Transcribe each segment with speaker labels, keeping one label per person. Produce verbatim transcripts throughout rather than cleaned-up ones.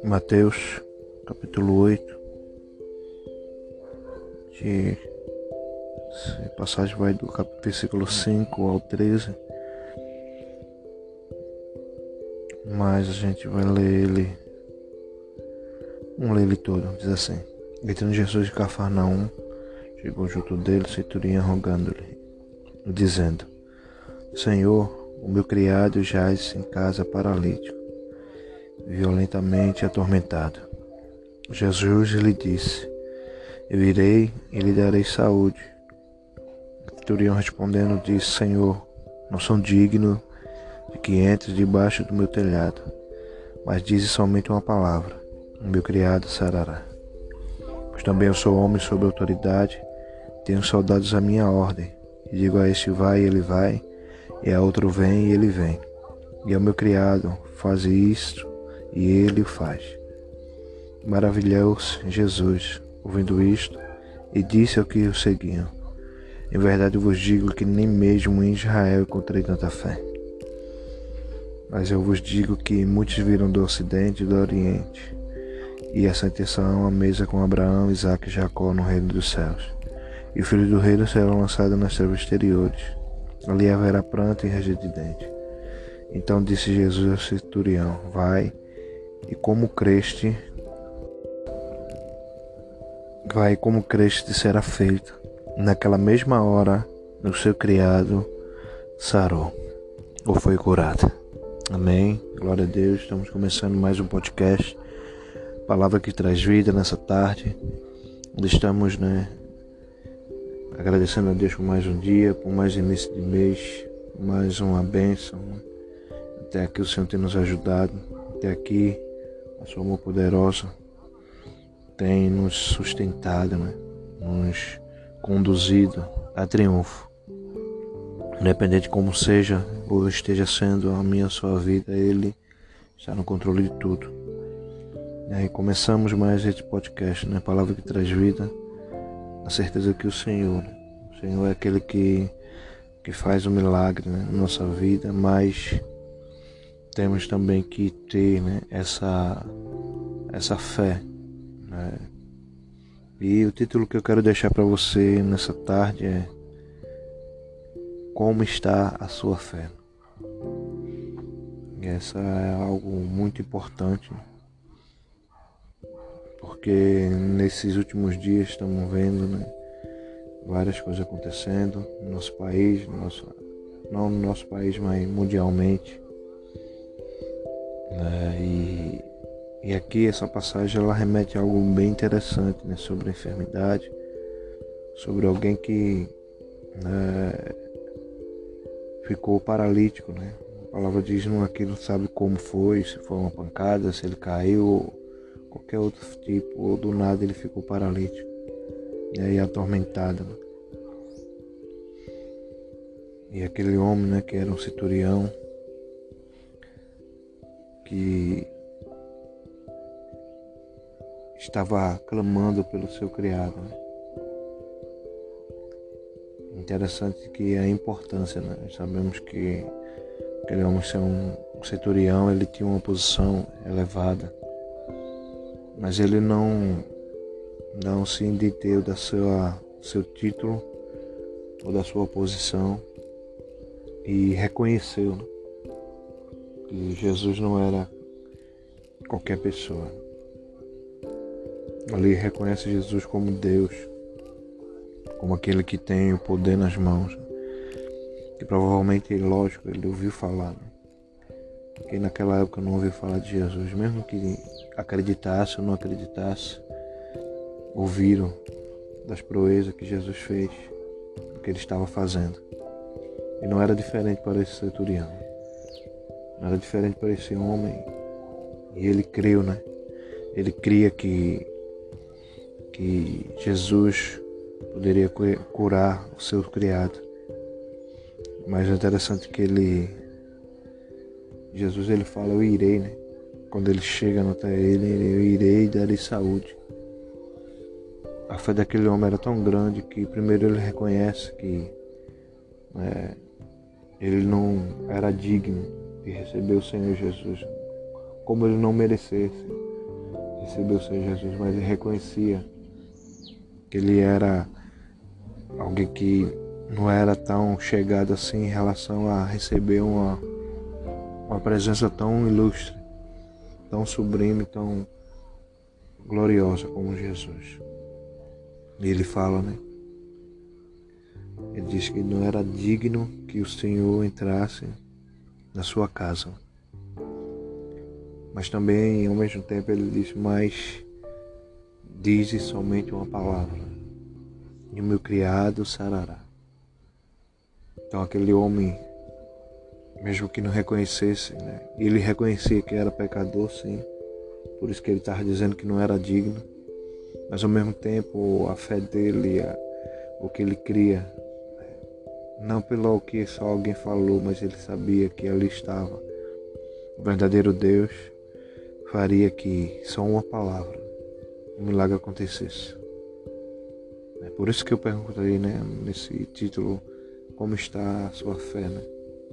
Speaker 1: Mateus, capítulo oito, de a passagem vai do versículo cinco ao treze, mas a gente vai ler ele, vamos ler ele todo. Diz assim: entrando Jesus de Cafarnaum, chegou junto dele centurião rogando-lhe, dizendo: Senhor, o meu criado jaz em casa paralítico, violentamente atormentado. Jesus lhe disse: Eu irei e lhe darei saúde. O centurião respondendo disse: Senhor, não sou digno de que entres debaixo do meu telhado, mas dize somente uma palavra, o meu criado sarará. Pois também eu sou homem sob autoridade, tenho soldados à minha ordem, e digo a este vai e ele vai, e a outro vem e ele vem, e ao meu criado faz isto e ele o faz. Maravilhou-se Jesus, ouvindo isto, e disse ao que o seguiam: Em verdade vos digo que nem mesmo em Israel encontrei tanta fé. Mas eu vos digo que muitos viram do ocidente e do oriente, e assentaram à mesa com Abraão, Isaque e Jacó no reino dos céus. E o filho do reino será lançado nas trevas exteriores. Ali haverá pranto e ranger de dente. Então disse Jesus ao centurião: Vai, e como creste, vai como creste será feito. Naquela mesma hora, o seu criado sarou, ou foi curado. Amém. Glória a Deus. Estamos começando mais um podcast, palavra que traz vida nessa tarde, onde estamos, né, agradecendo a Deus por mais um dia, por mais início de mês, mais uma bênção. Até aqui o Senhor tem nos ajudado, até aqui a sua mão poderosa tem nos sustentado, né, nos conduzido a triunfo. Independente de como seja ou esteja sendo a minha a sua vida, Ele está no controle de tudo. E aí começamos mais esse podcast, né? Palavra que traz vida, a certeza que o Senhor, né? o Senhor é aquele que, que faz o milagre, né, na nossa vida, mas temos também que ter, né, essa, essa fé, né? E o título que eu quero deixar para você nessa tarde é: Como está a sua fé? E essa é algo muito importante, porque nesses últimos dias estamos vendo, né, várias coisas acontecendo no nosso país, no nosso, não no nosso país, mas mundialmente. Né? E, e aqui essa passagem ela remete a algo bem interessante, né, sobre a enfermidade, sobre alguém que, né, ficou paralítico, né? A palavra diz não aqui não sabe como foi, se foi uma pancada, se ele caiu, ou qualquer outro tipo, ou do nada ele ficou paralítico. E aí atormentado, né? E aquele homem, né, que era um centurião, que estava clamando pelo seu criado, né? Interessante que a importância, né? Sabemos que aquele homem ser um centurião, ele tinha uma posição elevada, mas ele não não se deteu da sua seu título ou da sua posição e reconheceu, né, que Jesus não era qualquer pessoa. Ali reconhece Jesus como Deus, como aquele que tem o poder nas mãos, que provavelmente, lógico, ele ouviu falar, né? Quem naquela época não ouviu falar de Jesus, mesmo que acreditasse ou não acreditasse, ouviram das proezas que Jesus fez, o que ele estava fazendo. E não era diferente para esse centurião, não era diferente para esse homem, e ele creu, né? Ele cria que, que Jesus poderia curar o seu criado. Mas é interessante que ele, Jesus ele fala, eu irei, né? Quando ele chega até ele, eu irei e darei saúde. A fé daquele homem era tão grande que primeiro ele reconhece que, né, ele não era digno de receber o Senhor Jesus, como ele não merecesse. recebeu o Senhor Jesus, mas ele reconhecia que ele era alguém que não era tão chegado assim em relação a receber uma, uma presença tão ilustre, tão sublime, tão gloriosa como Jesus. E ele fala, né? Ele diz que não era digno que o Senhor entrasse na sua casa. Mas também, ao mesmo tempo, ele diz, mas dize somente uma palavra, e o meu criado sarará. Então aquele homem, mesmo que não reconhecesse, né? Ele reconhecia que era pecador, sim. Por isso que ele estava dizendo que não era digno. Mas ao mesmo tempo, a fé dele, a, o que ele cria, não pelo que só alguém falou, mas ele sabia que ali estava o verdadeiro Deus, faria que só uma palavra, um milagre acontecesse. É por isso que eu perguntei, né, nesse título, como está a sua fé, né?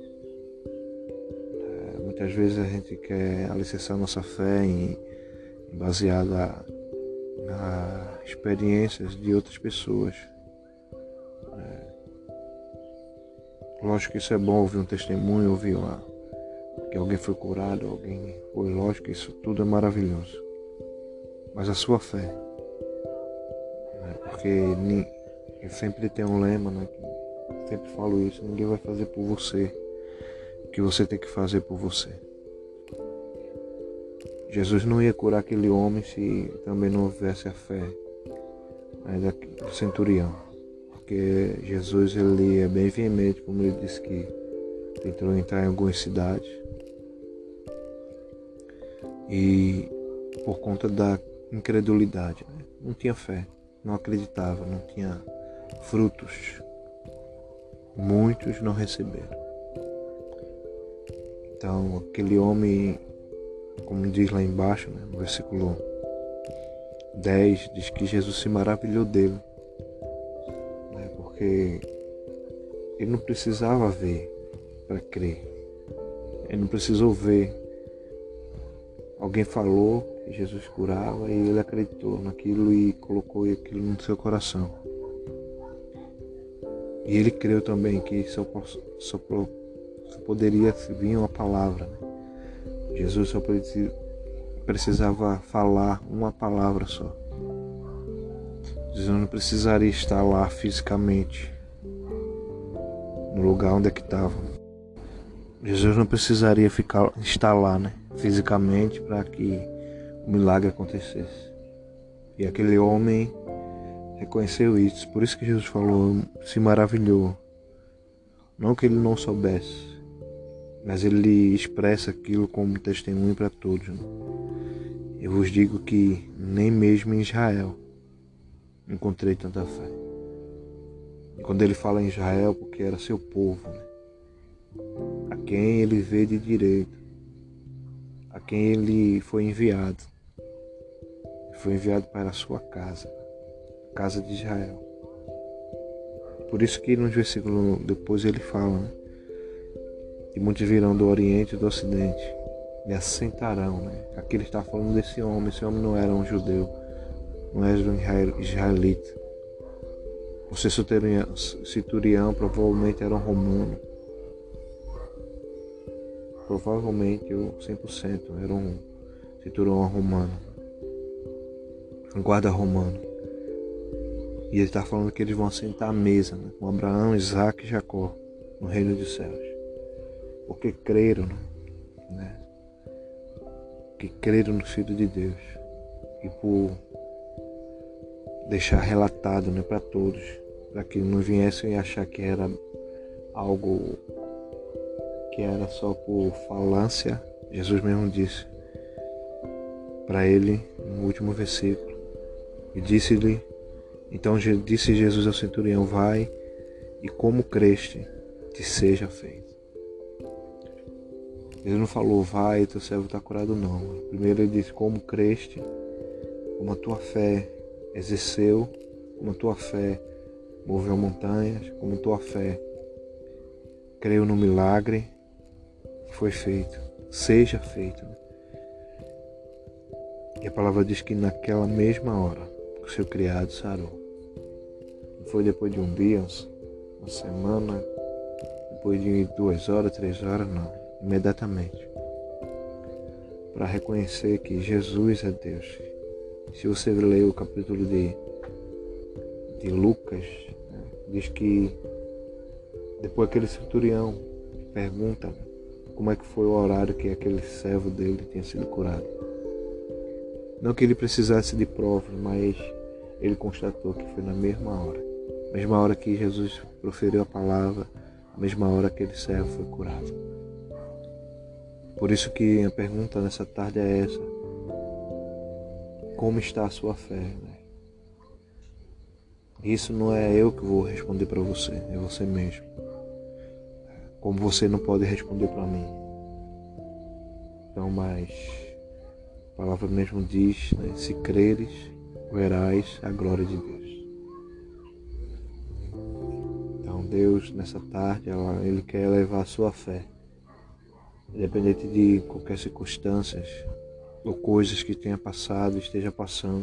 Speaker 1: É, muitas vezes a gente quer alicerçar nossa fé em, em baseada nas experiências de outras pessoas. É, lógico que isso é bom, ouvir um testemunho, ouvir uma, que alguém foi curado, alguém foi, lógico, isso tudo é maravilhoso. Mas a sua fé, né? Porque eu sempre tenho um lema, né? Que sempre falo isso, ninguém vai fazer por você o que você tem que fazer por você. Jesus não ia curar aquele homem se também não houvesse a fé, né, do centurião. Porque Jesus, ele é bem veemente, como ele disse que tentou entrar em algumas cidades. E por conta da incredulidade, né? Não tinha fé, não acreditava, não tinha frutos. Muitos não receberam. Então aquele homem, como diz lá embaixo, né, no versículo dez, diz que Jesus se maravilhou dele, né, porque ele não precisava ver para crer. Ele não precisou ver. Alguém falou que Jesus curava e ele acreditou naquilo e colocou aquilo no seu coração. E ele creu também que só, só, só poderia vir uma palavra, né? Jesus só precisava falar uma palavra só. Jesus não precisaria estar lá fisicamente, no lugar onde é que estava. Jesus não precisaria ficar, estar lá, né, fisicamente, para que o milagre acontecesse. E aquele homem reconheceu isso. Por isso que Jesus falou, se maravilhou. Não que ele não soubesse, mas ele expressa aquilo como testemunho para todos, né? Eu vos digo que nem mesmo em Israel encontrei tanta fé. E quando ele fala em Israel, porque era seu povo, né? A quem ele vê de direito, a quem ele foi enviado. Foi enviado para a sua casa, a casa de Israel. Por isso que nos versículos depois ele fala, né? E muitos virão do Oriente e do Ocidente e assentarão, né? Aqui ele está falando desse homem. Esse homem não era um judeu, não era um israelita. O centurião, centurião provavelmente era um romano. Provavelmente, ou cem por cento, era um centurião romano, um guarda romano. E ele está falando que eles vão assentar à mesa, né, com Abraão, Isaac e Jacó no reino dos céus. Porque creram, né? Que creram no Filho de Deus. E por deixar relatado, né, para todos, para que não viessem achar que era algo que era só por falância. Jesus mesmo disse para ele no último versículo, e disse-lhe, então disse Jesus ao centurião, vai e como creste, te seja feito. Ele não falou, vai, teu servo está curado, não. Primeiro ele disse, como creste, como a tua fé exerceu, como a tua fé moveu montanhas, como a tua fé creu no milagre, foi feito, seja feito. E a palavra diz que naquela mesma hora o seu criado sarou. Não foi depois de um dia, uma semana, depois de duas horas, três horas, não. Imediatamente. Para reconhecer que Jesus é Deus. Se você ler o capítulo de, de Lucas, né, diz que depois aquele centurião pergunta como é que foi o horário que aquele servo dele tinha sido curado. Não que ele precisasse de provas, mas ele constatou que foi na mesma hora. Mesma hora que Jesus proferiu a palavra, a mesma hora que aquele servo foi curado. Por isso que a pergunta nessa tarde é essa. Como está a sua fé? Né? Isso não é eu que vou responder para você, é você mesmo. Como você não pode responder para mim. Então, mas a palavra mesmo diz, né? Se creres, verás a glória de Deus. Então Deus, nessa tarde, Ele quer elevar a sua fé. Independente de qualquer circunstância ou coisas que tenha passado, esteja passando.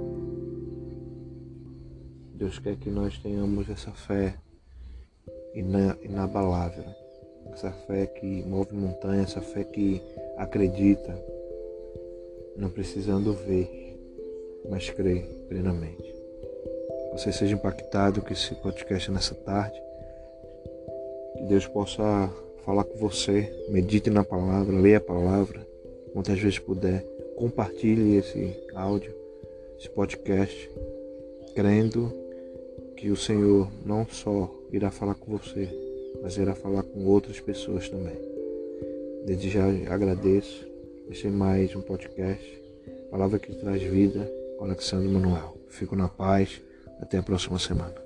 Speaker 1: Deus quer que nós tenhamos essa fé inabalável. Essa fé que move montanha, essa fé que acredita, não precisando ver, mas crê plenamente. Você seja impactado com esse podcast nessa tarde. Que Deus possa falar com você, medite na palavra, leia a palavra, quantas vezes puder. Compartilhe esse áudio, esse podcast, crendo que o Senhor não só irá falar com você, mas irá falar com outras pessoas também. Desde já agradeço. Esse é mais um podcast, palavra que traz vida, Conexão de Manuel. Fico na paz. Até a próxima semana.